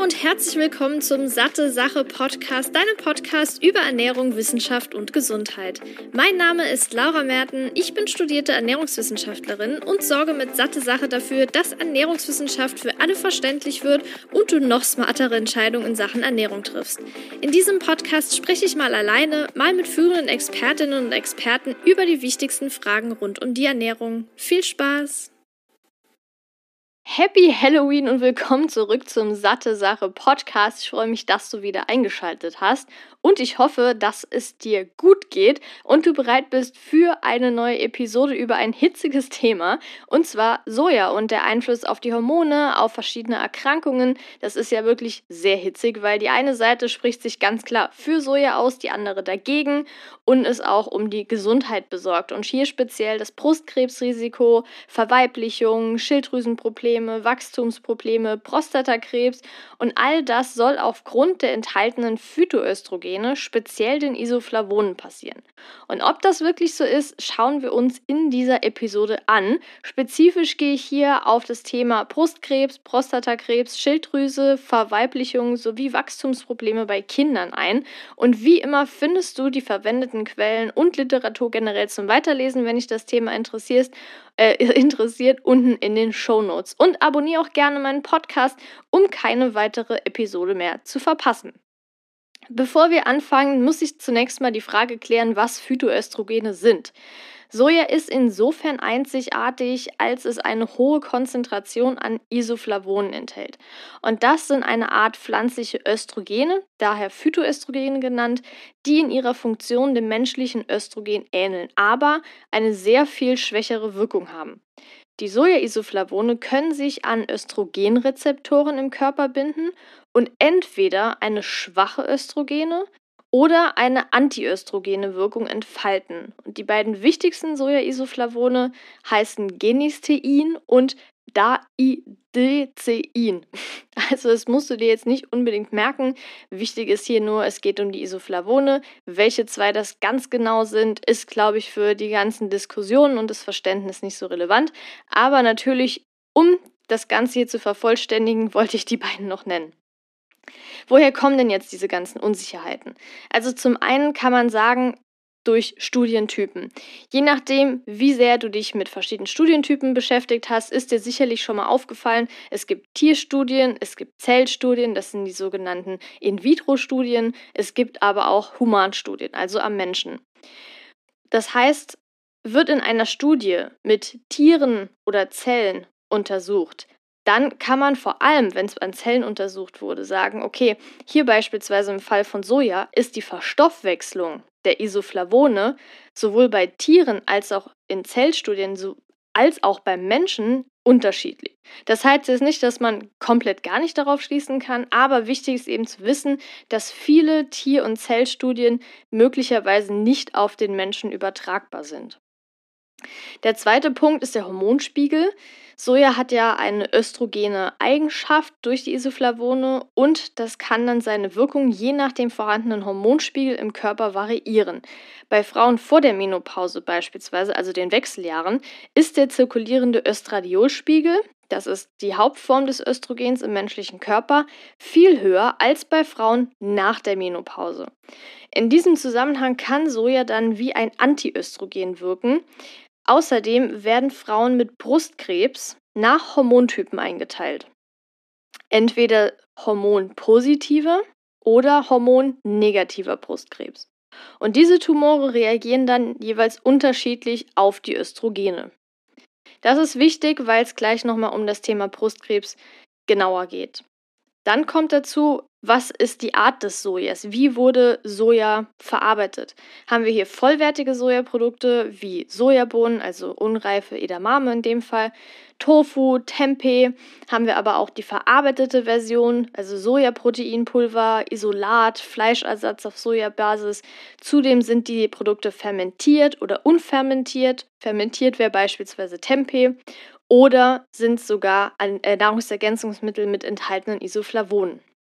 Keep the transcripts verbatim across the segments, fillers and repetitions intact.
und herzlich willkommen zum Satte Sache Podcast, deinem Podcast über Ernährung, Wissenschaft und Gesundheit. Mein Name ist Laura Merten, ich bin studierte Ernährungswissenschaftlerin und sorge mit Satte Sache dafür, dass Ernährungswissenschaft für alle verständlich wird und du noch smartere Entscheidungen in Sachen Ernährung triffst. In diesem Podcast spreche ich mal alleine, mal mit führenden Expertinnen und Experten über die wichtigsten Fragen rund um die Ernährung. Viel Spaß! Happy Halloween und willkommen zurück zum Satte Sache Podcast. Ich freue mich, dass du wieder eingeschaltet hast und ich hoffe, dass es dir gut geht und du bereit bist für eine neue Episode über ein hitziges Thema, und zwar Soja und der Einfluss auf die Hormone, auf verschiedene Erkrankungen. Das ist ja wirklich sehr hitzig, weil die eine Seite spricht sich ganz klar für Soja aus, die andere dagegen und ist auch um die Gesundheit besorgt. Und hier speziell das Brustkrebsrisiko, Verweiblichung, Schilddrüsenprobleme, Wachstumsprobleme, Prostatakrebs und all das soll aufgrund der enthaltenen Phytoöstrogene, speziell den Isoflavonen, passieren. Und ob das wirklich so ist, schauen wir uns in dieser Episode an. Spezifisch gehe ich hier auf das Thema Brustkrebs, Prostatakrebs, Schilddrüse, Verweiblichung sowie Wachstumsprobleme bei Kindern ein. Und wie immer findest du die verwendeten Quellen und Literatur generell zum Weiterlesen, wenn dich das Thema interessierst, äh, interessiert, unten in den Shownotes. Und abonniere auch gerne meinen Podcast, um keine weitere Episode mehr zu verpassen. Bevor wir anfangen, muss ich zunächst mal die Frage klären, was Phytoöstrogene sind. Soja ist insofern einzigartig, als es eine hohe Konzentration an Isoflavonen enthält. Und das sind eine Art pflanzliche Östrogene, daher Phytoöstrogene genannt, die in ihrer Funktion dem menschlichen Östrogen ähneln, aber eine sehr viel schwächere Wirkung haben. Die Soja-Isoflavone können sich an Östrogenrezeptoren im Körper binden und entweder eine schwache Östrogene oder eine antiöstrogene Wirkung entfalten. Und die beiden wichtigsten Soja-Isoflavone heißen Genistein und Daidecein. Also das musst du dir jetzt nicht unbedingt merken. Wichtig ist hier nur, es geht um die Isoflavone. Welche zwei das ganz genau sind, ist, glaube ich, für die ganzen Diskussionen und das Verständnis nicht so relevant. Aber natürlich, um das Ganze hier zu vervollständigen, wollte ich die beiden noch nennen. Woher kommen denn jetzt diese ganzen Unsicherheiten? Also zum einen kann man sagen, durch Studientypen. Je nachdem, wie sehr du dich mit verschiedenen Studientypen beschäftigt hast, ist dir sicherlich schon mal aufgefallen, es gibt Tierstudien, es gibt Zellstudien, das sind die sogenannten In-vitro-Studien, es gibt aber auch Humanstudien, also am Menschen. Das heißt, wird in einer Studie mit Tieren oder Zellen untersucht, dann kann man vor allem, wenn es an Zellen untersucht wurde, sagen, okay, hier beispielsweise im Fall von Soja ist die Verstoffwechslung der Isoflavone sowohl bei Tieren als auch in Zellstudien so, als auch beim Menschen unterschiedlich. Das heißt jetzt nicht, dass man komplett gar nicht darauf schließen kann, aber wichtig ist eben zu wissen, dass viele Tier- und Zellstudien möglicherweise nicht auf den Menschen übertragbar sind. Der zweite Punkt ist der Hormonspiegel. Soja hat ja eine östrogene Eigenschaft durch die Isoflavone und das kann dann seine Wirkung je nach dem vorhandenen Hormonspiegel im Körper variieren. Bei Frauen vor der Menopause beispielsweise, also den Wechseljahren, ist der zirkulierende Östradiolspiegel, das ist die Hauptform des Östrogens im menschlichen Körper, viel höher als bei Frauen nach der Menopause. In diesem Zusammenhang kann Soja dann wie ein Antiöstrogen wirken. Außerdem werden Frauen mit Brustkrebs nach Hormontypen eingeteilt. Entweder hormonpositiver oder hormonnegativer Brustkrebs. Und diese Tumore reagieren dann jeweils unterschiedlich auf die Östrogene. Das ist wichtig, weil es gleich nochmal um das Thema Brustkrebs genauer geht. Dann kommt dazu, was ist die Art des Sojas? Wie wurde Soja verarbeitet? Haben wir hier vollwertige Sojaprodukte wie Sojabohnen, also unreife Edamame in dem Fall, Tofu, Tempeh, haben wir aber auch die verarbeitete Version, also Sojaproteinpulver, Isolat, Fleischersatz auf Sojabasis. Zudem sind die Produkte fermentiert oder unfermentiert. Fermentiert wäre beispielsweise Tempeh. Oder sind sogar an, äh, Nahrungsergänzungsmittel mit enthaltenen Isoflavonen.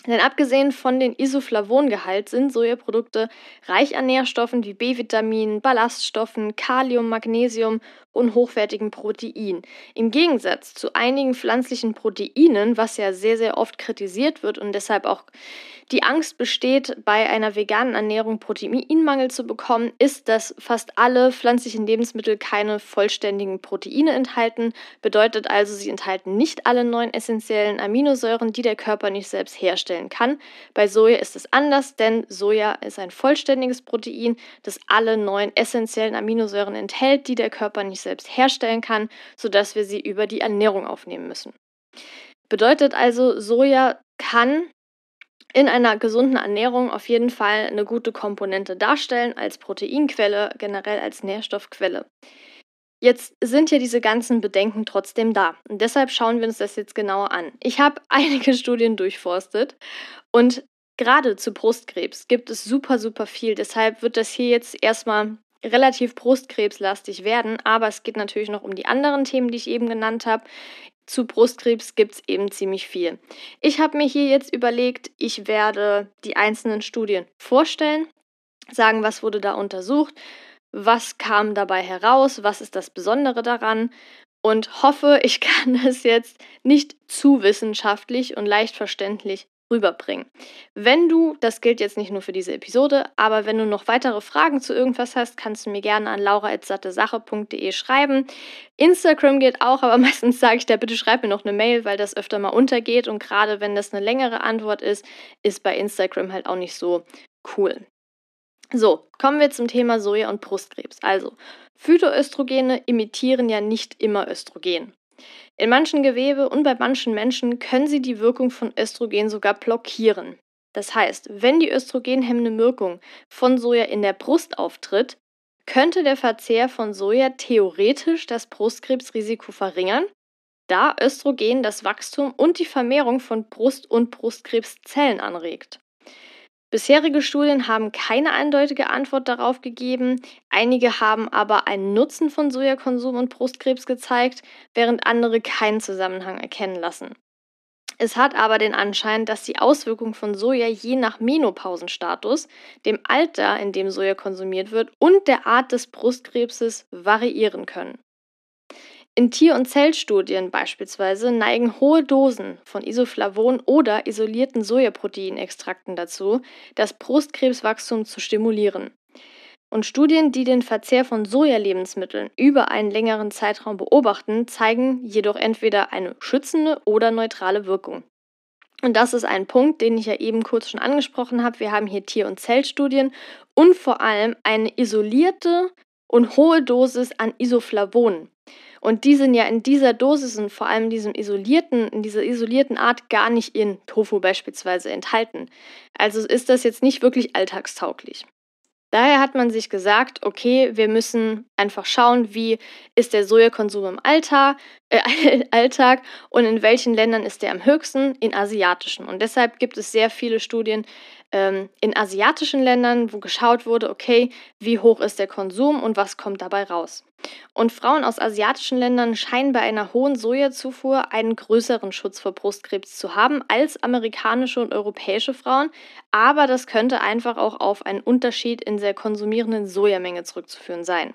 Denn abgesehen von den Isoflavongehalt sind Sojaprodukte reich an Nährstoffen wie B-Vitaminen, Ballaststoffen, Kalium, Magnesium und hochwertigen Proteinen. Im Gegensatz zu einigen pflanzlichen Proteinen, was ja sehr, sehr oft kritisiert wird und deshalb auch die Angst besteht, bei einer veganen Ernährung Proteinmangel zu bekommen, ist, dass fast alle pflanzlichen Lebensmittel keine vollständigen Proteine enthalten. Bedeutet also, sie enthalten nicht alle neun essentiellen Aminosäuren, die der Körper nicht selbst herstellen kann. Bei Soja ist es anders, denn Soja ist ein vollständiges Protein, das alle neun essentiellen Aminosäuren enthält, die der Körper nicht selbst herstellen kann, sodass wir sie über die Ernährung aufnehmen müssen. Bedeutet also, Soja kann in einer gesunden Ernährung auf jeden Fall eine gute Komponente darstellen, als Proteinquelle, generell als Nährstoffquelle. Jetzt sind ja diese ganzen Bedenken trotzdem da und deshalb schauen wir uns das jetzt genauer an. Ich habe einige Studien durchforstet und gerade zu Brustkrebs gibt es super, super viel. Deshalb wird das hier jetzt erstmal relativ brustkrebslastig werden, aber es geht natürlich noch um die anderen Themen, die ich eben genannt habe. Zu Brustkrebs gibt es eben ziemlich viel. Ich habe mir hier jetzt überlegt, ich werde die einzelnen Studien vorstellen, sagen, was wurde da untersucht, was kam dabei heraus, was ist das Besondere daran und hoffe, ich kann es jetzt nicht zu wissenschaftlich und leicht verständlich rüberbringen. Wenn du, das gilt jetzt nicht nur für diese Episode, aber wenn du noch weitere Fragen zu irgendwas hast, kannst du mir gerne an laura at sattesache punkt de schreiben. Instagram geht auch, aber meistens sage ich da, bitte schreib mir noch eine Mail, weil das öfter mal untergeht und gerade wenn das eine längere Antwort ist, ist bei Instagram halt auch nicht so cool. So, kommen wir zum Thema Soja und Brustkrebs. Also, Phytoöstrogene imitieren ja nicht immer Östrogen. In manchen Gewebe und bei manchen Menschen können sie die Wirkung von Östrogen sogar blockieren. Das heißt, wenn die östrogenhemmende Wirkung von Soja in der Brust auftritt, könnte der Verzehr von Soja theoretisch das Brustkrebsrisiko verringern, da Östrogen das Wachstum und die Vermehrung von Brust- und Brustkrebszellen anregt. Bisherige Studien haben keine eindeutige Antwort darauf gegeben, einige haben aber einen Nutzen von Sojakonsum und Brustkrebs gezeigt, während andere keinen Zusammenhang erkennen lassen. Es hat aber den Anschein, dass die Auswirkungen von Soja je nach Menopausenstatus, dem Alter, in dem Soja konsumiert wird und der Art des Brustkrebses variieren können. In Tier- und Zellstudien beispielsweise neigen hohe Dosen von Isoflavon oder isolierten Sojaproteinextrakten dazu, das Brustkrebswachstum zu stimulieren. Und Studien, die den Verzehr von Sojalebensmitteln über einen längeren Zeitraum beobachten, zeigen jedoch entweder eine schützende oder neutrale Wirkung. Und das ist ein Punkt, den ich ja eben kurz schon angesprochen habe. Wir haben hier Tier- und Zellstudien und vor allem eine isolierte und hohe Dosis an Isoflavonen. Und die sind ja in dieser Dosis und vor allem in diesem isolierten, in dieser isolierten Art gar nicht in Tofu beispielsweise enthalten. Also ist das jetzt nicht wirklich alltagstauglich. Daher hat man sich gesagt, okay, wir müssen einfach schauen, wie ist der Sojakonsum im Alltag, äh, Alltag und in welchen Ländern ist der am höchsten? In asiatischen. Und deshalb gibt es sehr viele Studien ähm, in asiatischen Ländern, wo geschaut wurde, okay, wie hoch ist der Konsum und was kommt dabei raus. Und Frauen aus asiatischen Ländern scheinen bei einer hohen Sojazufuhr einen größeren Schutz vor Brustkrebs zu haben als amerikanische und europäische Frauen, aber das könnte einfach auch auf einen Unterschied in der konsumierenden Sojamenge zurückzuführen sein.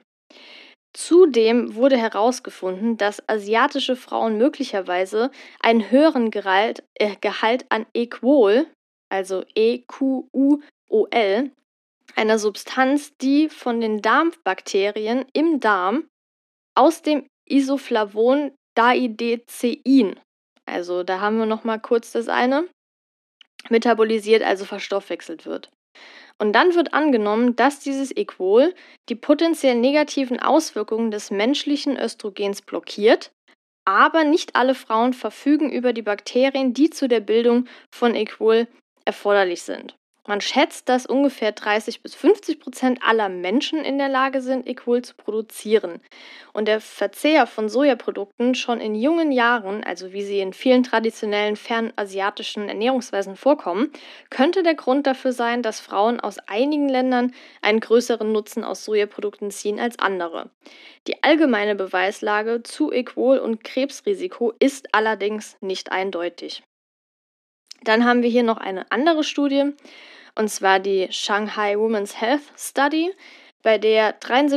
Zudem wurde herausgefunden, dass asiatische Frauen möglicherweise einen höheren Gehalt, äh, Gehalt an Equol, also E Q U O L, einer Substanz, die von den Darmbakterien im Darm aus dem Isoflavon Diadezein, also da haben wir nochmal kurz das eine, metabolisiert, also verstoffwechselt wird. Und dann wird angenommen, dass dieses Equol die potenziell negativen Auswirkungen des menschlichen Östrogens blockiert, aber nicht alle Frauen verfügen über die Bakterien, die zu der Bildung von Equol erforderlich sind. Man schätzt, dass ungefähr dreißig bis fünfzig Prozent aller Menschen in der Lage sind, Equol zu produzieren. Und der Verzehr von Sojaprodukten schon in jungen Jahren, also wie sie in vielen traditionellen fernasiatischen Ernährungsweisen vorkommen, könnte der Grund dafür sein, dass Frauen aus einigen Ländern einen größeren Nutzen aus Sojaprodukten ziehen als andere. Die allgemeine Beweislage zu Equol und Krebsrisiko ist allerdings nicht eindeutig. Dann haben wir hier noch eine andere Studie, und zwar die Shanghai Women's Health Study, bei der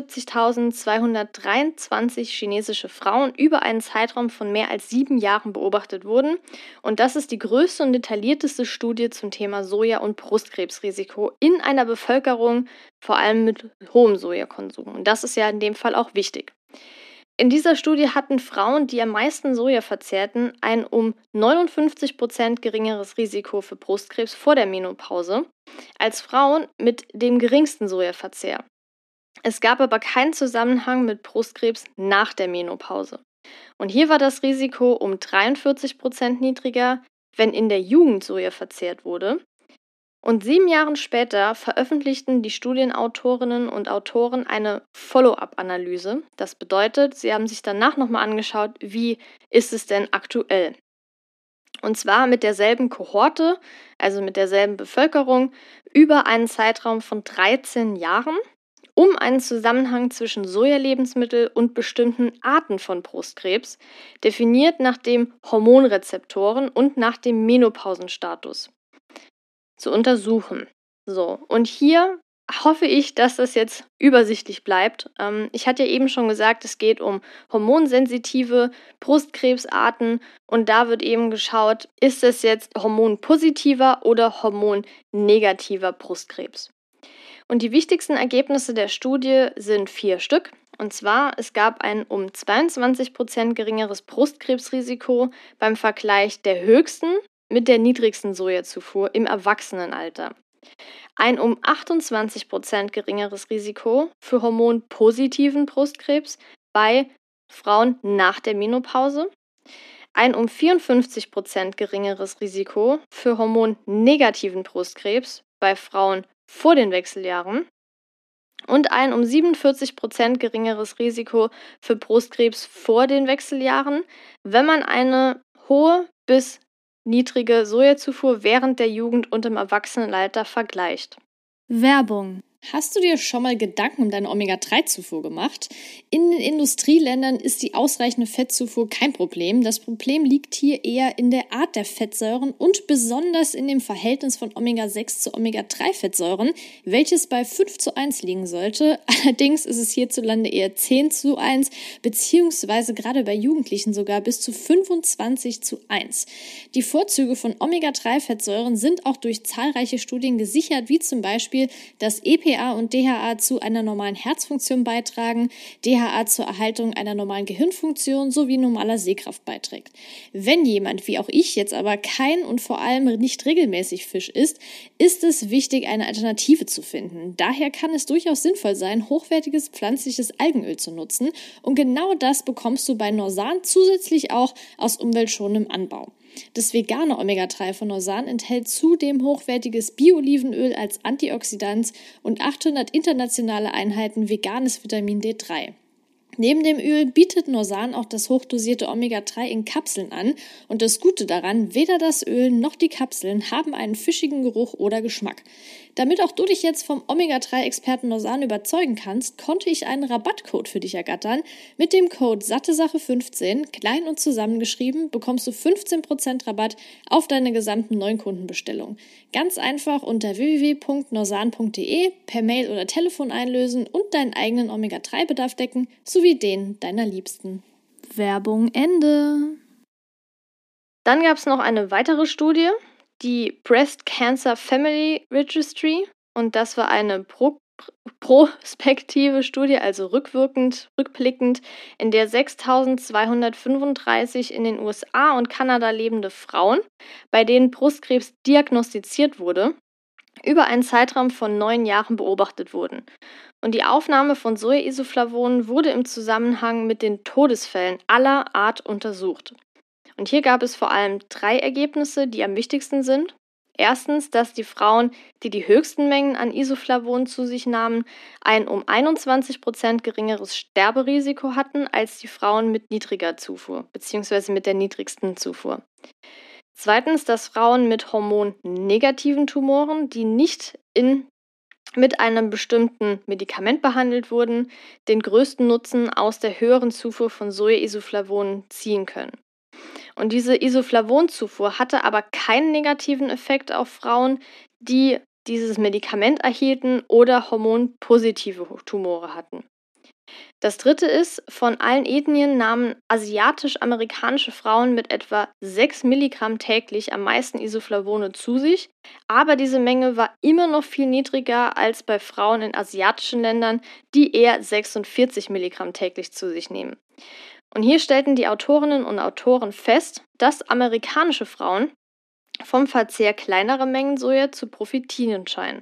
dreiundsiebzigtausendzweihundertdreiundzwanzig chinesische Frauen über einen Zeitraum von mehr als sieben Jahren beobachtet wurden. Und das ist die größte und detaillierteste Studie zum Thema Soja- und Brustkrebsrisiko in einer Bevölkerung, vor allem mit hohem Sojakonsum. Und das ist ja in dem Fall auch wichtig. In dieser Studie hatten Frauen, die am meisten Soja verzehrten, ein um neunundfünfzig Prozent geringeres Risiko für Brustkrebs vor der Menopause als Frauen mit dem geringsten Sojaverzehr. Es gab aber keinen Zusammenhang mit Brustkrebs nach der Menopause. Und hier war das Risiko um dreiundvierzig Prozent niedriger, wenn in der Jugend Soja verzehrt wurde. Und sieben Jahre später veröffentlichten die Studienautorinnen und Autoren eine Follow-up-Analyse. Das bedeutet, sie haben sich danach nochmal angeschaut, wie ist es denn aktuell? Und zwar mit derselben Kohorte, also mit derselben Bevölkerung, über einen Zeitraum von dreizehn Jahren, um einen Zusammenhang zwischen Sojalebensmittel und bestimmten Arten von Brustkrebs, definiert nach den Hormonrezeptoren und nach dem Menopausenstatus, zu untersuchen. So, und hier hoffe ich, dass das jetzt übersichtlich bleibt. Ähm, ich hatte ja eben schon gesagt, es geht um hormonsensitive Brustkrebsarten und da wird eben geschaut, ist es jetzt hormonpositiver oder hormonnegativer Brustkrebs. Und die wichtigsten Ergebnisse der Studie sind vier Stück. Und zwar, es gab ein um zweiundzwanzig Prozent geringeres Brustkrebsrisiko beim Vergleich der höchsten mit der niedrigsten Sojazufuhr im Erwachsenenalter. Ein um achtundzwanzig Prozent geringeres Risiko für hormonpositiven Brustkrebs bei Frauen nach der Menopause. Ein um vierundfünfzig Prozent geringeres Risiko für hormonnegativen Brustkrebs bei Frauen vor den Wechseljahren und ein um siebenundvierzig Prozent geringeres Risiko für Brustkrebs vor den Wechseljahren, wenn man eine hohe bis niedrige Sojazufuhr während der Jugend und im Erwachsenenalter vergleicht. Werbung. Hast du dir schon mal Gedanken um deine Omega drei Zufuhr gemacht? In den Industrieländern ist die ausreichende Fettzufuhr kein Problem. Das Problem liegt hier eher in der Art der Fettsäuren und besonders in dem Verhältnis von Omega sechs zu Omega drei Fettsäuren, welches bei fünf zu eins liegen sollte. Allerdings ist es hierzulande eher zehn zu eins, beziehungsweise gerade bei Jugendlichen sogar bis zu fünfundzwanzig zu eins. Die Vorzüge von Omega drei Fettsäuren sind auch durch zahlreiche Studien gesichert, wie zum Beispiel, dass E P A und D H A zu einer normalen Herzfunktion beitragen, D H A zur Erhaltung einer normalen Gehirnfunktion sowie normaler Sehkraft beiträgt. Wenn jemand, wie auch ich jetzt aber kein und vor allem nicht regelmäßig Fisch isst, ist es wichtig, eine Alternative zu finden. Daher kann es durchaus sinnvoll sein, hochwertiges pflanzliches Algenöl zu nutzen und genau das bekommst du bei Norsan zusätzlich auch aus umweltschonendem Anbau. Das vegane Omega drei von Norsan enthält zudem hochwertiges Bio-Olivenöl als Antioxidant und achthundert internationale Einheiten veganes Vitamin D drei. Neben dem Öl bietet Norsan auch das hochdosierte Omega drei in Kapseln an und das Gute daran, weder das Öl noch die Kapseln haben einen fischigen Geruch oder Geschmack. Damit auch du dich jetzt vom Omega drei Experten Norsan überzeugen kannst, konnte ich einen Rabattcode für dich ergattern. Mit dem Code Sattesache fünfzehn, klein und zusammengeschrieben, bekommst du fünfzehn Prozent Rabatt auf deine gesamten Neukundenbestellung. Ganz einfach unter w w w punkt norsan punkt d e per Mail oder Telefon einlösen und deinen eigenen Omega drei Bedarf decken, sowie den deiner Liebsten. Werbung Ende. Dann gab es noch eine weitere Studie, die Breast Cancer Family Registry, und das war eine Pro- prospektive Studie, also rückwirkend, rückblickend, in der sechstausendzweihundertfünfunddreißig in den U S A und Kanada lebende Frauen, bei denen Brustkrebs diagnostiziert wurde, über einen Zeitraum von neun Jahren beobachtet wurden. Und die Aufnahme von Sojaisoflavonen wurde im Zusammenhang mit den Todesfällen aller Art untersucht. Und hier gab es vor allem drei Ergebnisse, die am wichtigsten sind. Erstens, dass die Frauen, die die höchsten Mengen an Isoflavonen zu sich nahmen, ein um einundzwanzig Prozent geringeres Sterberisiko hatten als die Frauen mit niedriger Zufuhr, beziehungsweise mit der niedrigsten Zufuhr. Zweitens, dass Frauen mit hormonnegativen Tumoren, die nicht in, mit einem bestimmten Medikament behandelt wurden, den größten Nutzen aus der höheren Zufuhr von Sojaisoflavonen ziehen können. Und diese Isoflavonzufuhr hatte aber keinen negativen Effekt auf Frauen, die dieses Medikament erhielten oder hormonpositive Tumore hatten. Das dritte ist, von allen Ethnien nahmen asiatisch-amerikanische Frauen mit etwa sechs Milligramm täglich am meisten Isoflavone zu sich, aber diese Menge war immer noch viel niedriger als bei Frauen in asiatischen Ländern, die eher sechsundvierzig Milligramm täglich zu sich nehmen. Und hier stellten die Autorinnen und Autoren fest, dass amerikanische Frauen vom Verzehr kleinerer Mengen Soja zu profitieren scheinen.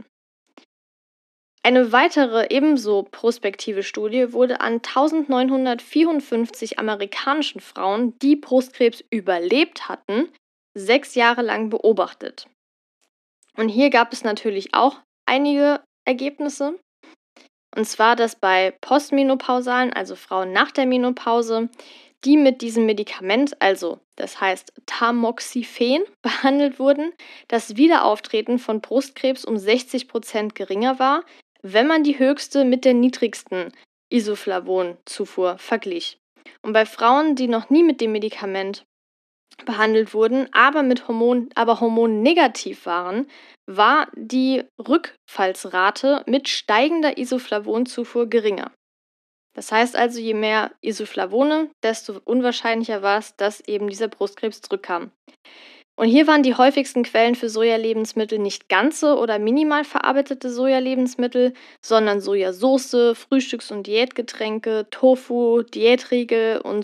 Eine weitere ebenso prospektive Studie wurde an eintausendneunhundertvierundfünfzig amerikanischen Frauen, die Brustkrebs überlebt hatten, sechs Jahre lang beobachtet. Und hier gab es natürlich auch einige Ergebnisse. Und zwar, dass bei postmenopausalen, also Frauen nach der Menopause, die mit diesem Medikament, also das heißt Tamoxifen, behandelt wurden, das Wiederauftreten von Brustkrebs um sechzig Prozent geringer war, wenn man die höchste mit der niedrigsten Isoflavonzufuhr verglich. Und bei Frauen, die noch nie mit dem Medikament behandelt wurden, aber mit Hormon, aber hormonnegativ waren, war die Rückfallsrate mit steigender Isoflavonzufuhr geringer. Das heißt also, je mehr Isoflavone, desto unwahrscheinlicher war es, dass eben dieser Brustkrebs zurückkam. Und hier waren die häufigsten Quellen für Sojalebensmittel nicht ganze oder minimal verarbeitete Sojalebensmittel, sondern Sojasauce, Frühstücks- und Diätgetränke, Tofu, Diätriegel und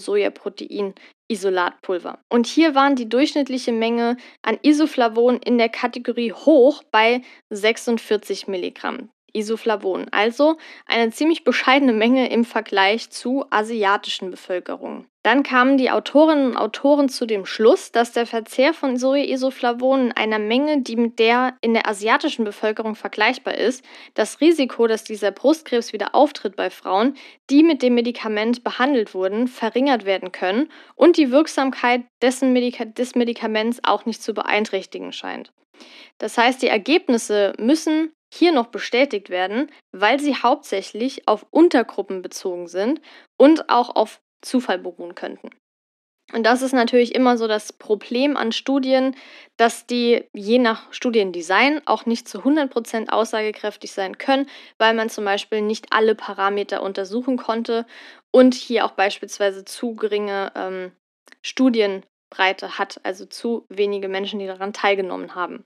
Sojaprotein-Isolatpulver. Und hier waren die durchschnittliche Menge an Isoflavon in der Kategorie hoch bei sechsundvierzig Milligramm Isoflavon, also eine ziemlich bescheidene Menge im Vergleich zu asiatischen Bevölkerungen. Dann kamen die Autorinnen und Autoren zu dem Schluss, dass der Verzehr von Soja-Isoflavon in einer Menge, die mit der in der asiatischen Bevölkerung vergleichbar ist, das Risiko, dass dieser Brustkrebs wieder auftritt bei Frauen, die mit dem Medikament behandelt wurden, verringert werden können und die Wirksamkeit dessen Medika- des Medikaments auch nicht zu beeinträchtigen scheint. Das heißt, die Ergebnisse müssen hier noch bestätigt werden, weil sie hauptsächlich auf Untergruppen bezogen sind und auch auf Zufall beruhen könnten. Und das ist natürlich immer so das Problem an Studien, dass die je nach Studiendesign auch nicht zu hundert Prozent aussagekräftig sein können, weil man zum Beispiel nicht alle Parameter untersuchen konnte und hier auch beispielsweise zu geringe ähm, Studienbreite hat, also zu wenige Menschen, die daran teilgenommen haben.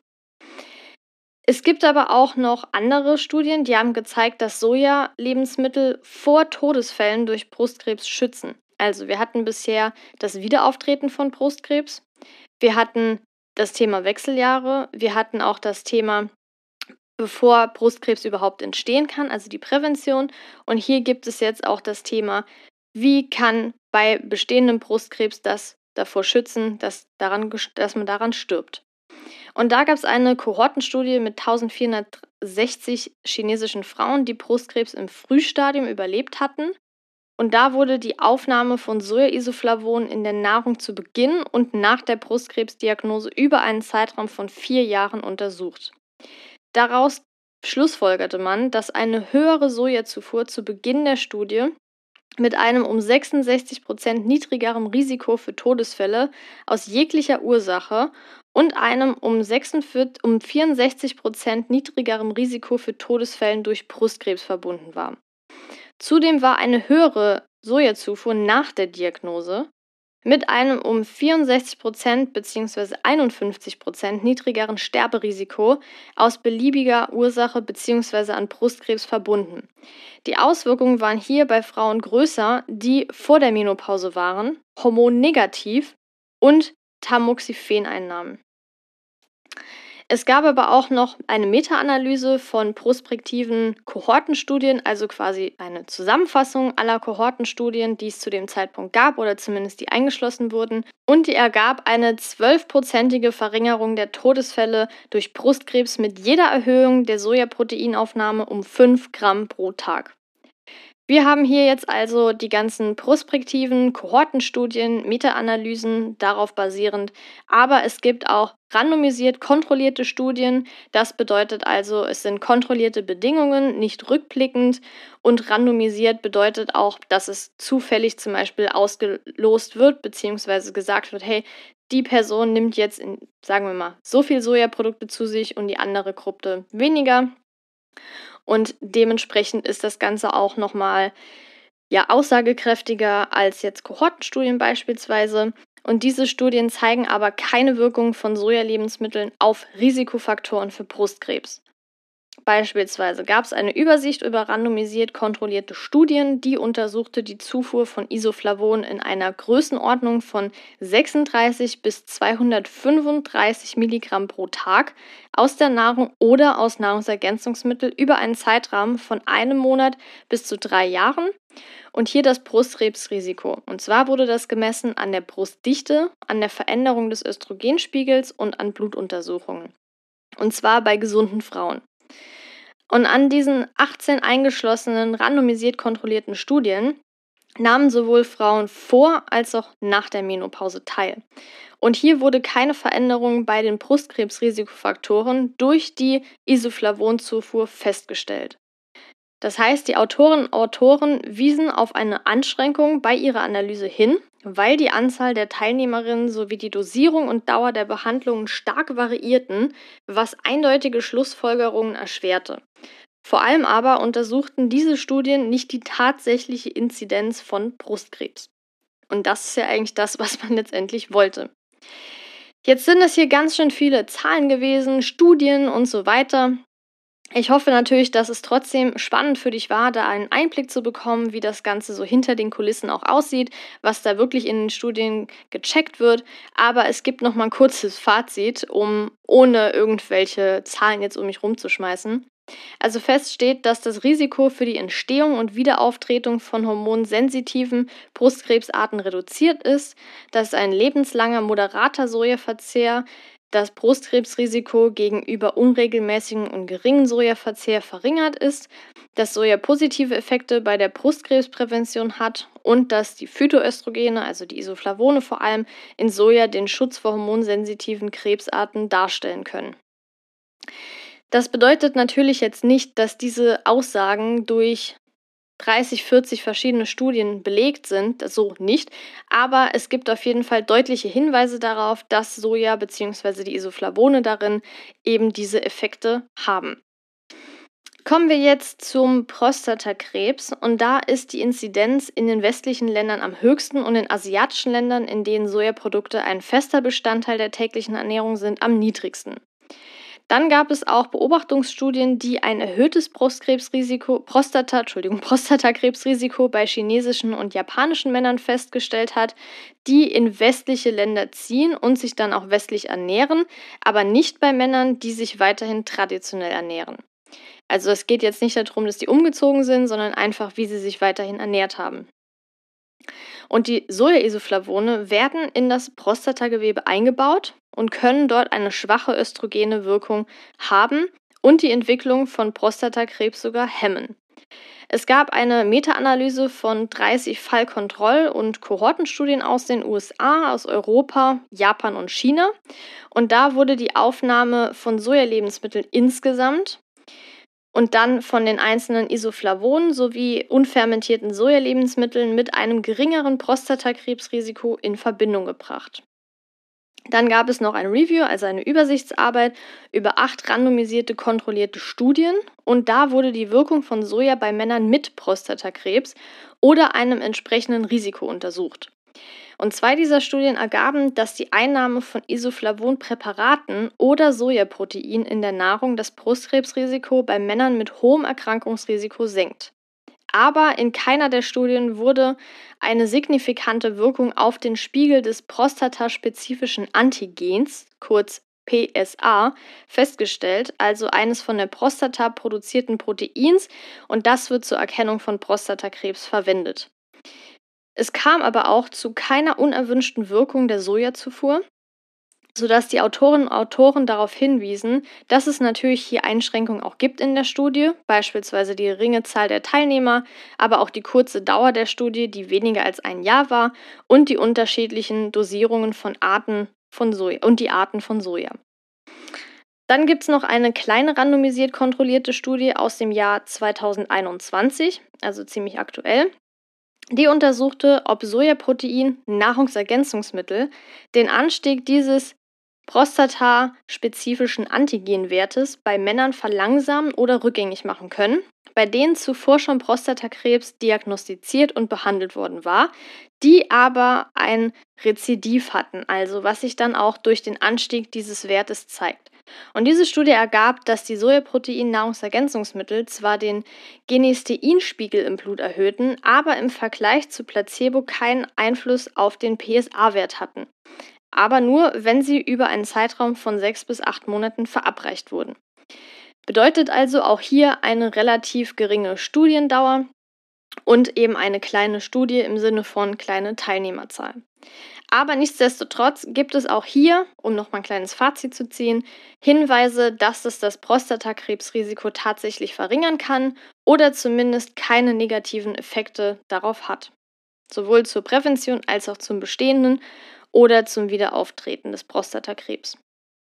Es gibt aber auch noch andere Studien, die haben gezeigt, dass Soja-Lebensmittel vor Todesfällen durch Brustkrebs schützen. Also wir hatten bisher das Wiederauftreten von Brustkrebs, wir hatten das Thema Wechseljahre, wir hatten auch das Thema, bevor Brustkrebs überhaupt entstehen kann, also die Prävention. Und hier gibt es jetzt auch das Thema, wie kann bei bestehendem Brustkrebs das davor schützen, dass, daran, dass man daran stirbt. Und da gab es eine Kohortenstudie mit eintausendvierhundertsechzig chinesischen Frauen, die Brustkrebs im Frühstadium überlebt hatten. Und da wurde die Aufnahme von Soja-Isoflavon in der Nahrung zu Beginn und nach der Brustkrebsdiagnose über einen Zeitraum von vier Jahren untersucht. Daraus schlussfolgerte man, dass eine höhere Sojazufuhr zu Beginn der Studie mit einem um sechsundsechzig Prozent niedrigerem Risiko für Todesfälle aus jeglicher Ursache und einem um, sechsundvierzig, um vierundsechzig Prozent niedrigerem Risiko für Todesfällen durch Brustkrebs verbunden war. Zudem war eine höhere Sojazufuhr nach der Diagnose mit einem um vierundsechzig Prozent bzw. einundfünfzig Prozent niedrigeren Sterberisiko aus beliebiger Ursache bzw. an Brustkrebs verbunden. Die Auswirkungen waren hier bei Frauen größer, die vor der Menopause waren, hormonnegativ und Tamoxifen einnahmen. Es gab aber auch noch eine Meta-Analyse von prospektiven Kohortenstudien, also quasi eine Zusammenfassung aller Kohortenstudien, die es zu dem Zeitpunkt gab oder zumindest die eingeschlossen wurden. Und die ergab eine zwölfprozentige Verringerung der Todesfälle durch Brustkrebs mit jeder Erhöhung der Sojaproteinaufnahme um fünf Gramm pro Tag. Wir haben hier jetzt also die ganzen prospektiven Kohortenstudien, Meta-Analysen darauf basierend, aber es gibt auch randomisiert kontrollierte Studien. Das bedeutet also, es sind kontrollierte Bedingungen, nicht rückblickend, und randomisiert bedeutet auch, dass es zufällig zum Beispiel ausgelost wird, beziehungsweise gesagt wird, hey, die Person nimmt jetzt, in, sagen wir mal, so viel Sojaprodukte zu sich und die andere Gruppe weniger. Und dementsprechend ist das Ganze auch nochmal ja, aussagekräftiger als jetzt Kohortenstudien beispielsweise. Und diese Studien zeigen aber keine Wirkung von Sojalebensmitteln auf Risikofaktoren für Brustkrebs. Beispielsweise gab es eine Übersicht über randomisiert kontrollierte Studien, die untersuchte die Zufuhr von Isoflavon in einer Größenordnung von sechsunddreißig bis zweihundertfünfunddreißig Milligramm pro Tag aus der Nahrung oder aus Nahrungsergänzungsmitteln über einen Zeitrahmen von einem Monat bis zu drei Jahren. Und hier das Brustkrebsrisiko. Und zwar wurde das gemessen an der Brustdichte, an der Veränderung des Östrogenspiegels und an Blutuntersuchungen. Und zwar bei gesunden Frauen. Und an diesen achtzehn eingeschlossenen, randomisiert kontrollierten Studien nahmen sowohl Frauen vor als auch nach der Menopause teil. Und hier wurde keine Veränderung bei den Brustkrebsrisikofaktoren durch die Isoflavonzufuhr festgestellt. Das heißt, die Autorinnen und Autoren wiesen auf eine Einschränkung bei ihrer Analyse hin, weil die Anzahl der Teilnehmerinnen sowie die Dosierung und Dauer der Behandlungen stark variierten, was eindeutige Schlussfolgerungen erschwerte. Vor allem aber untersuchten diese Studien nicht die tatsächliche Inzidenz von Brustkrebs. Und das ist ja eigentlich das, was man letztendlich wollte. Jetzt sind es hier ganz schön viele Zahlen gewesen, Studien und so weiter. Ich hoffe natürlich, dass es trotzdem spannend für dich war, da einen Einblick zu bekommen, wie das Ganze so hinter den Kulissen auch aussieht, was da wirklich in den Studien gecheckt wird. Aber es gibt noch mal ein kurzes Fazit, um ohne irgendwelche Zahlen jetzt um mich rumzuschmeißen. Also fest steht, dass das Risiko für die Entstehung und Wiederauftreten von hormonsensitiven Brustkrebsarten reduziert ist, dass ein lebenslanger moderater Sojaverzehr das Brustkrebsrisiko gegenüber unregelmäßigem und geringem Sojaverzehr verringert ist, dass Soja positive Effekte bei der Brustkrebsprävention hat und dass die Phytoöstrogene, also die Isoflavone vor allem, in Soja den Schutz vor hormonsensitiven Krebsarten darstellen können. Das bedeutet natürlich jetzt nicht, dass diese Aussagen durch dreißig, vierzig verschiedene Studien belegt sind, so nicht, aber es gibt auf jeden Fall deutliche Hinweise darauf, dass Soja bzw. die Isoflavone darin eben diese Effekte haben. Kommen wir jetzt zum Prostatakrebs, und da ist die Inzidenz in den westlichen Ländern am höchsten und in asiatischen Ländern, in denen Sojaprodukte ein fester Bestandteil der täglichen Ernährung sind, am niedrigsten. Dann gab es auch Beobachtungsstudien, die ein erhöhtes Brustkrebsrisiko, Prostata, Entschuldigung, Prostatakrebsrisiko bei chinesischen und japanischen Männern festgestellt hat, die in westliche Länder ziehen und sich dann auch westlich ernähren, aber nicht bei Männern, die sich weiterhin traditionell ernähren. Also es geht jetzt nicht darum, dass die umgezogen sind, sondern einfach, wie sie sich weiterhin ernährt haben. Und die Sojaisoflavone werden in das Prostatagewebe eingebaut und können dort eine schwache östrogene Wirkung haben und die Entwicklung von Prostatakrebs sogar hemmen. Es gab eine Meta-Analyse von dreißig Fallkontroll- und Kohortenstudien aus den U S A, aus Europa, Japan und China. Und da wurde die Aufnahme von Sojalebensmitteln insgesamt und dann von den einzelnen Isoflavonen sowie unfermentierten Sojalebensmitteln mit einem geringeren Prostatakrebsrisiko in Verbindung gebracht. Dann gab es noch ein Review, also eine Übersichtsarbeit über acht randomisierte kontrollierte Studien, und da wurde die Wirkung von Soja bei Männern mit Prostatakrebs oder einem entsprechenden Risiko untersucht. Und zwei dieser Studien ergaben, dass die Einnahme von Isoflavonpräparaten oder Sojaprotein in der Nahrung das Brustkrebsrisiko bei Männern mit hohem Erkrankungsrisiko senkt. Aber in keiner der Studien wurde eine signifikante Wirkung auf den Spiegel des prostataspezifischen Antigens, kurz P S A, festgestellt, also eines von der Prostata produzierten Proteins, und das wird zur Erkennung von Prostatakrebs verwendet. Es kam aber auch zu keiner unerwünschten Wirkung der Sojazufuhr. sodass die Autorinnen und Autoren darauf hinwiesen, dass es natürlich hier Einschränkungen auch gibt in der Studie, beispielsweise die geringe Zahl der Teilnehmer, aber auch die kurze Dauer der Studie, die weniger als ein Jahr war, und die unterschiedlichen Dosierungen von Arten von Soja und die Arten von Soja. Dann gibt es noch eine kleine randomisiert kontrollierte Studie aus dem Jahr zweitausendeinundzwanzig, also ziemlich aktuell. Die untersuchte, ob Sojaprotein, Nahrungsergänzungsmittel, den Anstieg dieses prostataspezifischen Antigenwertes bei Männern verlangsamen oder rückgängig machen können, bei denen zuvor schon Prostatakrebs diagnostiziert und behandelt worden war, die aber ein Rezidiv hatten, also was sich dann auch durch den Anstieg dieses Wertes zeigt. Und diese Studie ergab, dass die Sojaprotein-Nahrungsergänzungsmittel zwar den Genesteinspiegel im Blut erhöhten, aber im Vergleich zu Placebo keinen Einfluss auf den P S A-Wert hatten. Aber nur, wenn sie über einen Zeitraum von sechs bis acht Monaten verabreicht wurden. Bedeutet also auch hier eine relativ geringe Studiendauer und eben eine kleine Studie im Sinne von kleine Teilnehmerzahl. Aber nichtsdestotrotz gibt es auch hier, um nochmal ein kleines Fazit zu ziehen, Hinweise, dass es das Prostatakrebsrisiko tatsächlich verringern kann oder zumindest keine negativen Effekte darauf hat. Sowohl zur Prävention als auch zum bestehenden oder zum Wiederauftreten des Prostatakrebs.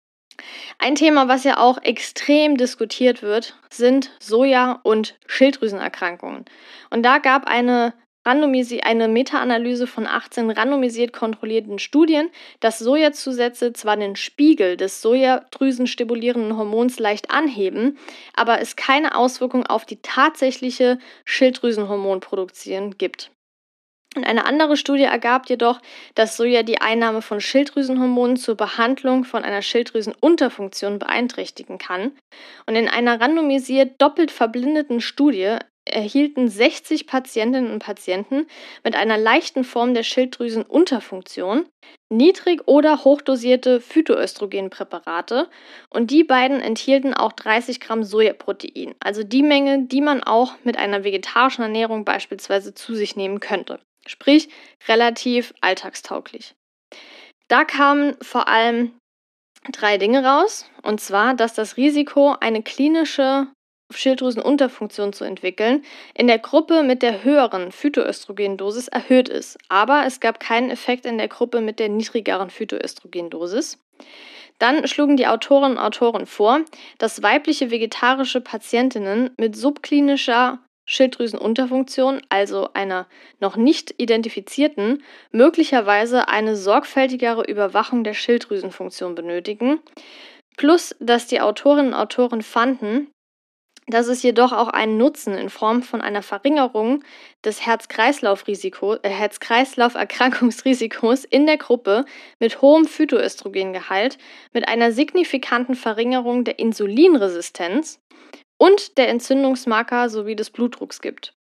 Ein Thema, was ja auch extrem diskutiert wird, sind Soja- und Schilddrüsenerkrankungen. Und da gab eine, randomisi- eine Meta-Analyse von achtzehn randomisiert kontrollierten Studien, dass Sojazusätze zwar den Spiegel des sojadrüsenstimulierenden Hormons leicht anheben, aber es keine Auswirkung auf die tatsächliche Schilddrüsenhormonproduktion gibt. Und eine andere Studie ergab jedoch, dass Soja die Einnahme von Schilddrüsenhormonen zur Behandlung von einer Schilddrüsenunterfunktion beeinträchtigen kann. Und in einer randomisiert doppelt verblindeten Studie erhielten sechzig Patientinnen und Patienten mit einer leichten Form der Schilddrüsenunterfunktion niedrig- oder hochdosierte Phytoöstrogenpräparate und die beiden enthielten auch dreißig Gramm Sojaprotein, also die Menge, die man auch mit einer vegetarischen Ernährung beispielsweise zu sich nehmen könnte. Sprich, relativ alltagstauglich. Da kamen vor allem drei Dinge raus, und zwar, dass das Risiko, eine klinische Schilddrüsenunterfunktion zu entwickeln, in der Gruppe mit der höheren Phytoöstrogendosis erhöht ist, aber es gab keinen Effekt in der Gruppe mit der niedrigeren Phytoöstrogendosis. Dann schlugen die Autorinnen und Autoren vor, dass weibliche vegetarische Patientinnen mit subklinischer Schilddrüsenunterfunktion, also einer noch nicht identifizierten, möglicherweise eine sorgfältigere Überwachung der Schilddrüsenfunktion benötigen, plus dass die Autorinnen und Autoren fanden, dass es jedoch auch einen Nutzen in Form von einer Verringerung des Herz-Kreislauf-Risiko, äh, Herz-Kreislauf-Erkrankungsrisikos in der Gruppe mit hohem Phytoöstrogengehalt, mit einer signifikanten Verringerung der Insulinresistenz und der Entzündungsmarker sowie des Blutdrucks gibt.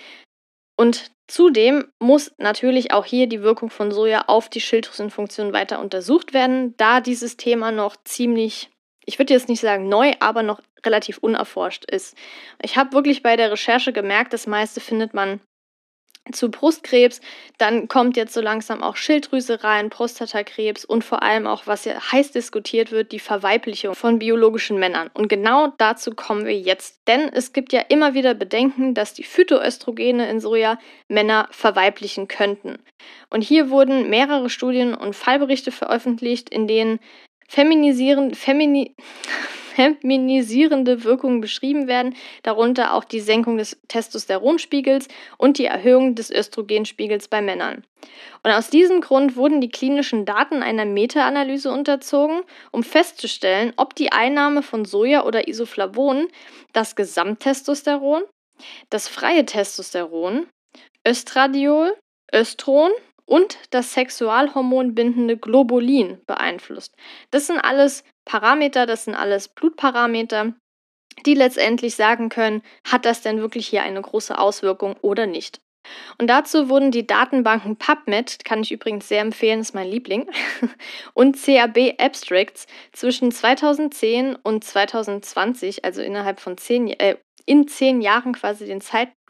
Und zudem muss natürlich auch hier die Wirkung von Soja auf die Schilddrüsenfunktion weiter untersucht werden, da dieses Thema noch ziemlich, ich würde jetzt nicht sagen neu, aber noch relativ unerforscht ist. Ich habe wirklich bei der Recherche gemerkt, das meiste findet man zu Brustkrebs, dann kommt jetzt so langsam auch Schilddrüse rein, Prostatakrebs und vor allem auch, was ja heiß diskutiert wird, die Verweiblichung von biologischen Männern. Und genau dazu kommen wir jetzt, denn es gibt ja immer wieder Bedenken, dass die Phytoöstrogene in Soja Männer verweiblichen könnten. Und hier wurden mehrere Studien und Fallberichte veröffentlicht, in denen feminisierend, femini feminisierende Wirkungen beschrieben werden, darunter auch die Senkung des Testosteronspiegels und die Erhöhung des Östrogenspiegels bei Männern. Und aus diesem Grund wurden die klinischen Daten einer Meta-Analyse unterzogen, um festzustellen, ob die Einnahme von Soja oder Isoflavon das Gesamttestosteron, das freie Testosteron, Östradiol, Östron und das sexualhormonbindende Globulin beeinflusst. Das sind alles Parameter, das sind alles Blutparameter, die letztendlich sagen können, hat das denn wirklich hier eine große Auswirkung oder nicht. Und dazu wurden die Datenbanken PubMed, kann ich übrigens sehr empfehlen, ist mein Liebling, und C A B Abstracts zwischen zweitausendzehn und zweitausendzwanzig, also innerhalb von zehn, äh, in zehn Jahren quasi den Zeit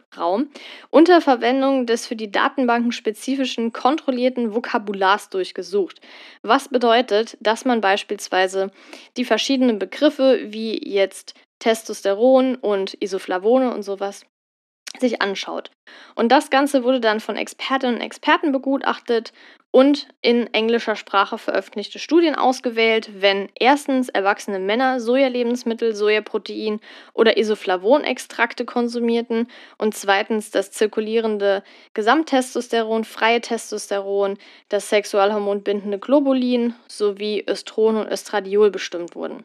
Raum unter Verwendung des für die Datenbanken spezifischen kontrollierten Vokabulars durchgesucht. Was bedeutet, dass man beispielsweise die verschiedenen Begriffe wie jetzt Testosteron und Isoflavone und sowas sich anschaut. Und das Ganze wurde dann von Expertinnen und Experten begutachtet und in englischer Sprache veröffentlichte Studien ausgewählt, wenn erstens erwachsene Männer Sojalebensmittel, Sojaprotein oder Isoflavonextrakte konsumierten und zweitens das zirkulierende Gesamttestosteron, freie Testosteron, das Sexualhormon bindende Globulin sowie Östron und Östradiol bestimmt wurden.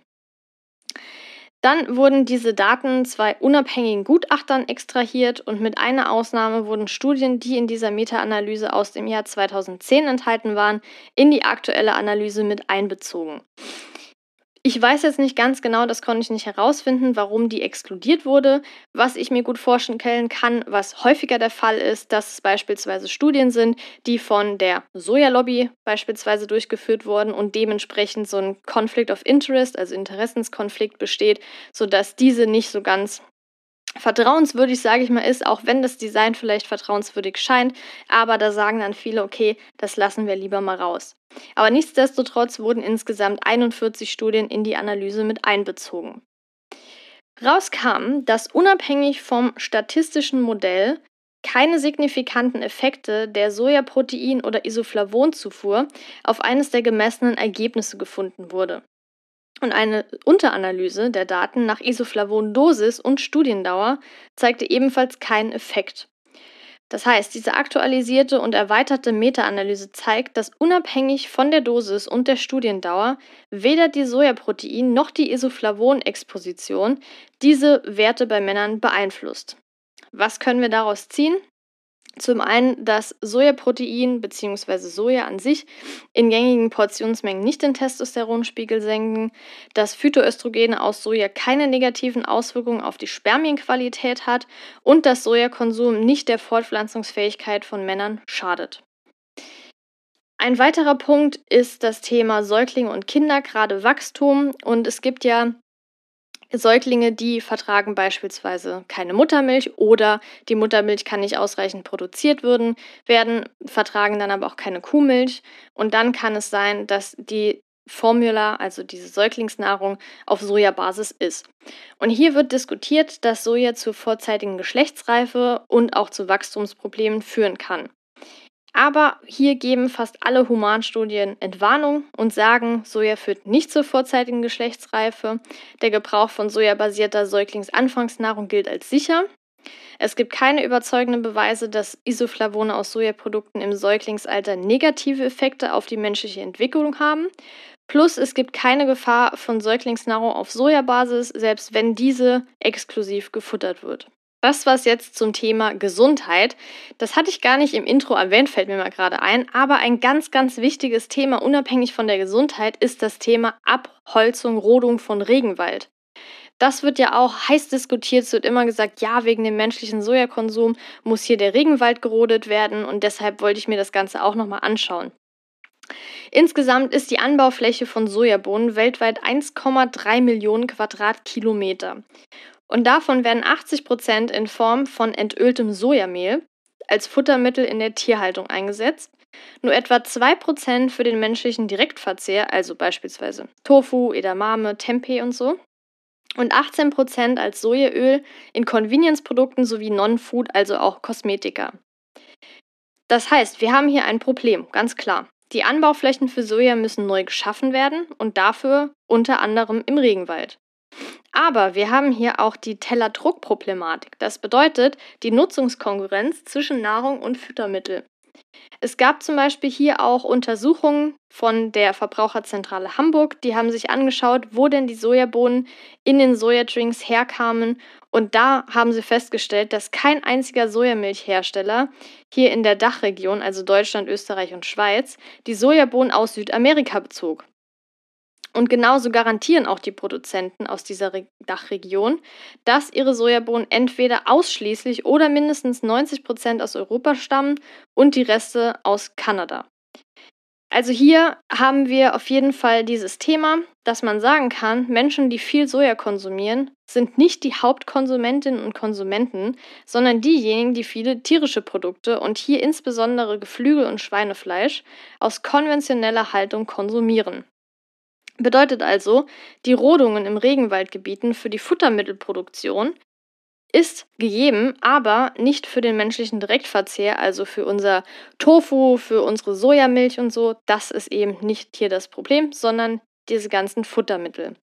Dann wurden diese Daten zwei unabhängigen Gutachtern extrahiert und mit einer Ausnahme wurden Studien, die in dieser Meta-Analyse aus dem Jahr zweitausendzehn enthalten waren, in die aktuelle Analyse mit einbezogen. Ich weiß jetzt nicht ganz genau, das konnte ich nicht herausfinden, warum die exkludiert wurde. Was ich mir gut vorstellen kann, was häufiger der Fall ist, dass es beispielsweise Studien sind, die von der Sojalobby beispielsweise durchgeführt wurden und dementsprechend so ein Conflict of Interest, also Interessenskonflikt besteht, sodass diese nicht so ganz vertrauenswürdig, sage ich mal, ist, auch wenn das Design vielleicht vertrauenswürdig scheint, aber da sagen dann viele, okay, das lassen wir lieber mal raus. Aber nichtsdestotrotz wurden insgesamt einundvierzig Studien in die Analyse mit einbezogen. Rauskam, dass unabhängig vom statistischen Modell keine signifikanten Effekte der Sojaprotein- oder Isoflavonzufuhr auf eines der gemessenen Ergebnisse gefunden wurde. Und eine Unteranalyse der Daten nach Isoflavon-Dosis und Studiendauer zeigte ebenfalls keinen Effekt. Das heißt, diese aktualisierte und erweiterte Meta-Analyse zeigt, dass unabhängig von der Dosis und der Studiendauer weder die Sojaprotein- noch die Isoflavon-Exposition diese Werte bei Männern beeinflusst. Was können wir daraus ziehen? Zum einen, dass Sojaprotein bzw. Soja an sich in gängigen Portionsmengen nicht den Testosteronspiegel senken, dass Phytoöstrogene aus Soja keine negativen Auswirkungen auf die Spermienqualität hat und dass Sojakonsum nicht der Fortpflanzungsfähigkeit von Männern schadet. Ein weiterer Punkt ist das Thema Säuglinge und Kinder, gerade Wachstum. Und es gibt ja Säuglinge, die vertragen beispielsweise keine Muttermilch oder die Muttermilch kann nicht ausreichend produziert werden, werden, vertragen dann aber auch keine Kuhmilch. Und dann kann es sein, dass die Formula, also diese Säuglingsnahrung, auf Sojabasis ist. Und hier wird diskutiert, dass Soja zur vorzeitigen Geschlechtsreife und auch zu Wachstumsproblemen führen kann. Aber hier geben fast alle Humanstudien Entwarnung und sagen, Soja führt nicht zur vorzeitigen Geschlechtsreife. Der Gebrauch von sojabasierter Säuglingsanfangsnahrung gilt als sicher. Es gibt keine überzeugenden Beweise, dass Isoflavone aus Sojaprodukten im Säuglingsalter negative Effekte auf die menschliche Entwicklung haben. Plus es gibt keine Gefahr von Säuglingsnahrung auf Sojabasis, selbst wenn diese exklusiv gefuttert wird. Das war's jetzt zum Thema Gesundheit. Das hatte ich gar nicht im Intro erwähnt, fällt mir mal gerade ein, aber ein ganz, ganz wichtiges Thema, unabhängig von der Gesundheit, ist das Thema Abholzung, Rodung von Regenwald. Das wird ja auch heiß diskutiert, es wird immer gesagt, ja, wegen dem menschlichen Sojakonsum muss hier der Regenwald gerodet werden und deshalb wollte ich mir das Ganze auch nochmal anschauen. Insgesamt ist die Anbaufläche von Sojabohnen weltweit eins Komma drei Millionen Quadratkilometer. Und davon werden achtzig Prozent in Form von entöltem Sojamehl als Futtermittel in der Tierhaltung eingesetzt, nur etwa zwei Prozent für den menschlichen Direktverzehr, also beispielsweise Tofu, Edamame, Tempeh und so, und achtzehn Prozent als Sojaöl in Convenience-Produkten sowie Non-Food, also auch Kosmetika. Das heißt, wir haben hier ein Problem, ganz klar. Die Anbauflächen für Soja müssen neu geschaffen werden und dafür unter anderem im Regenwald. Aber wir haben hier auch die Tellerdruckproblematik. Das bedeutet die Nutzungskonkurrenz zwischen Nahrung und Futtermittel. Es gab zum Beispiel hier auch Untersuchungen von der Verbraucherzentrale Hamburg, die haben sich angeschaut, wo denn die Sojabohnen in den Sojadrinks herkamen und da haben sie festgestellt, dass kein einziger Sojamilchhersteller hier in der Dachregion, also Deutschland, Österreich und Schweiz, die Sojabohnen aus Südamerika bezog. Und genauso garantieren auch die Produzenten aus dieser Re- Dachregion, dass ihre Sojabohnen entweder ausschließlich oder mindestens neunzig Prozent aus Europa stammen und die Reste aus Kanada. Also hier haben wir auf jeden Fall dieses Thema, dass man sagen kann, Menschen, die viel Soja konsumieren, sind nicht die Hauptkonsumentinnen und Konsumenten, sondern diejenigen, die viele tierische Produkte und hier insbesondere Geflügel und Schweinefleisch aus konventioneller Haltung konsumieren. Bedeutet also, die Rodungen im Regenwaldgebieten für die Futtermittelproduktion ist gegeben, aber nicht für den menschlichen Direktverzehr, also für unser Tofu, für unsere Sojamilch und so. Das ist eben nicht hier das Problem, sondern diese ganzen Futtermittel.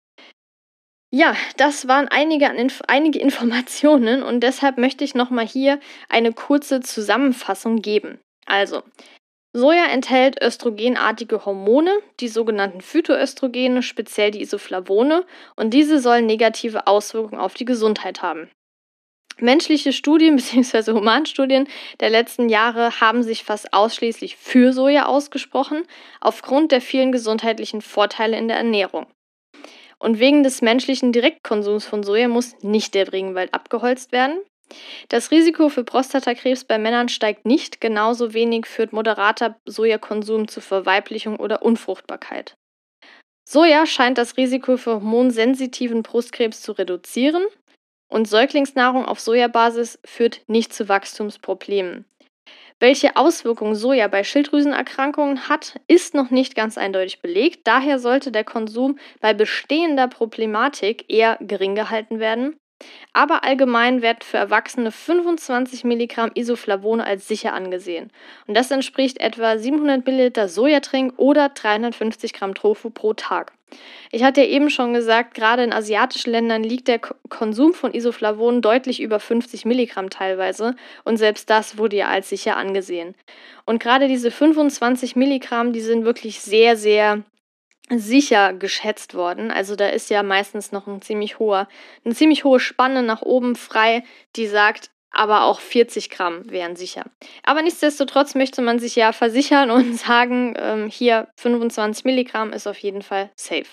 Ja, das waren einige, Inf- einige Informationen und deshalb möchte ich nochmal hier eine kurze Zusammenfassung geben. Also, Soja enthält östrogenartige Hormone, die sogenannten Phytoöstrogene, speziell die Isoflavone, und diese sollen negative Auswirkungen auf die Gesundheit haben. Menschliche Studien bzw. Humanstudien der letzten Jahre haben sich fast ausschließlich für Soja ausgesprochen, aufgrund der vielen gesundheitlichen Vorteile in der Ernährung. Und wegen des menschlichen Direktkonsums von Soja muss nicht der Regenwald abgeholzt werden. Das Risiko für Prostatakrebs bei Männern steigt nicht, genauso wenig führt moderater Sojakonsum zu Verweiblichung oder Unfruchtbarkeit. Soja scheint das Risiko für hormonsensitiven Brustkrebs zu reduzieren. Und Säuglingsnahrung auf Sojabasis führt nicht zu Wachstumsproblemen. Welche Auswirkungen Soja bei Schilddrüsenerkrankungen hat, ist noch nicht ganz eindeutig belegt. Daher sollte der Konsum bei bestehender Problematik eher gering gehalten werden. Aber allgemein werden für Erwachsene fünfundzwanzig Milligramm Isoflavone als sicher angesehen. Und das entspricht etwa siebenhundert Milliliter Sojatrink oder dreihundertfünfzig Gramm Tofu pro Tag. Ich hatte ja eben schon gesagt, gerade in asiatischen Ländern liegt der K- Konsum von Isoflavonen deutlich über fünfzig Milligramm teilweise und selbst das wurde ja als sicher angesehen. Und gerade diese fünfundzwanzig Milligramm, die sind wirklich sehr, sehr sicher geschätzt worden. Also da ist ja meistens noch ein ziemlich hoher, eine ziemlich hohe Spanne nach oben frei, die sagt, aber auch vierzig Gramm wären sicher. Aber nichtsdestotrotz möchte man sich ja versichern und sagen, ähm, hier fünfundzwanzig Milligramm ist auf jeden Fall safe.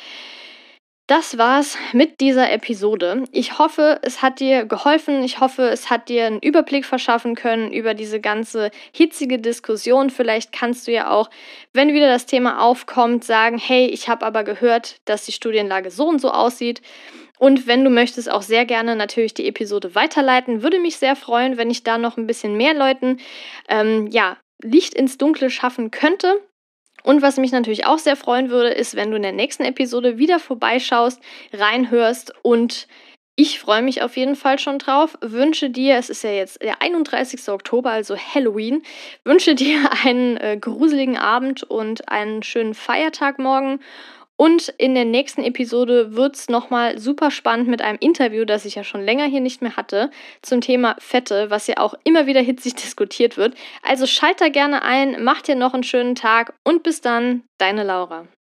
Das war's mit dieser Episode. Ich hoffe, es hat dir geholfen. Ich hoffe, es hat dir einen Überblick verschaffen können über diese ganze hitzige Diskussion. Vielleicht kannst du ja auch, wenn wieder das Thema aufkommt, sagen, hey, ich habe aber gehört, dass die Studienlage so und so aussieht. Und wenn du möchtest, auch sehr gerne natürlich die Episode weiterleiten. Würde mich sehr freuen, wenn ich da noch ein bisschen mehr Leuten ähm, ja, Licht ins Dunkle schaffen könnte. Und was mich natürlich auch sehr freuen würde, ist, wenn du in der nächsten Episode wieder vorbeischaust, reinhörst und ich freue mich auf jeden Fall schon drauf. Wünsche dir, es ist ja jetzt der einunddreißigster Oktober, also Halloween, wünsche dir einen äh, gruseligen Abend und einen schönen Feiertag morgen. Und in der nächsten Episode wird es nochmal super spannend mit einem Interview, das ich ja schon länger hier nicht mehr hatte, zum Thema Fette, was ja auch immer wieder hitzig diskutiert wird. Also schalt da gerne ein, mach dir noch einen schönen Tag und bis dann, deine Laura.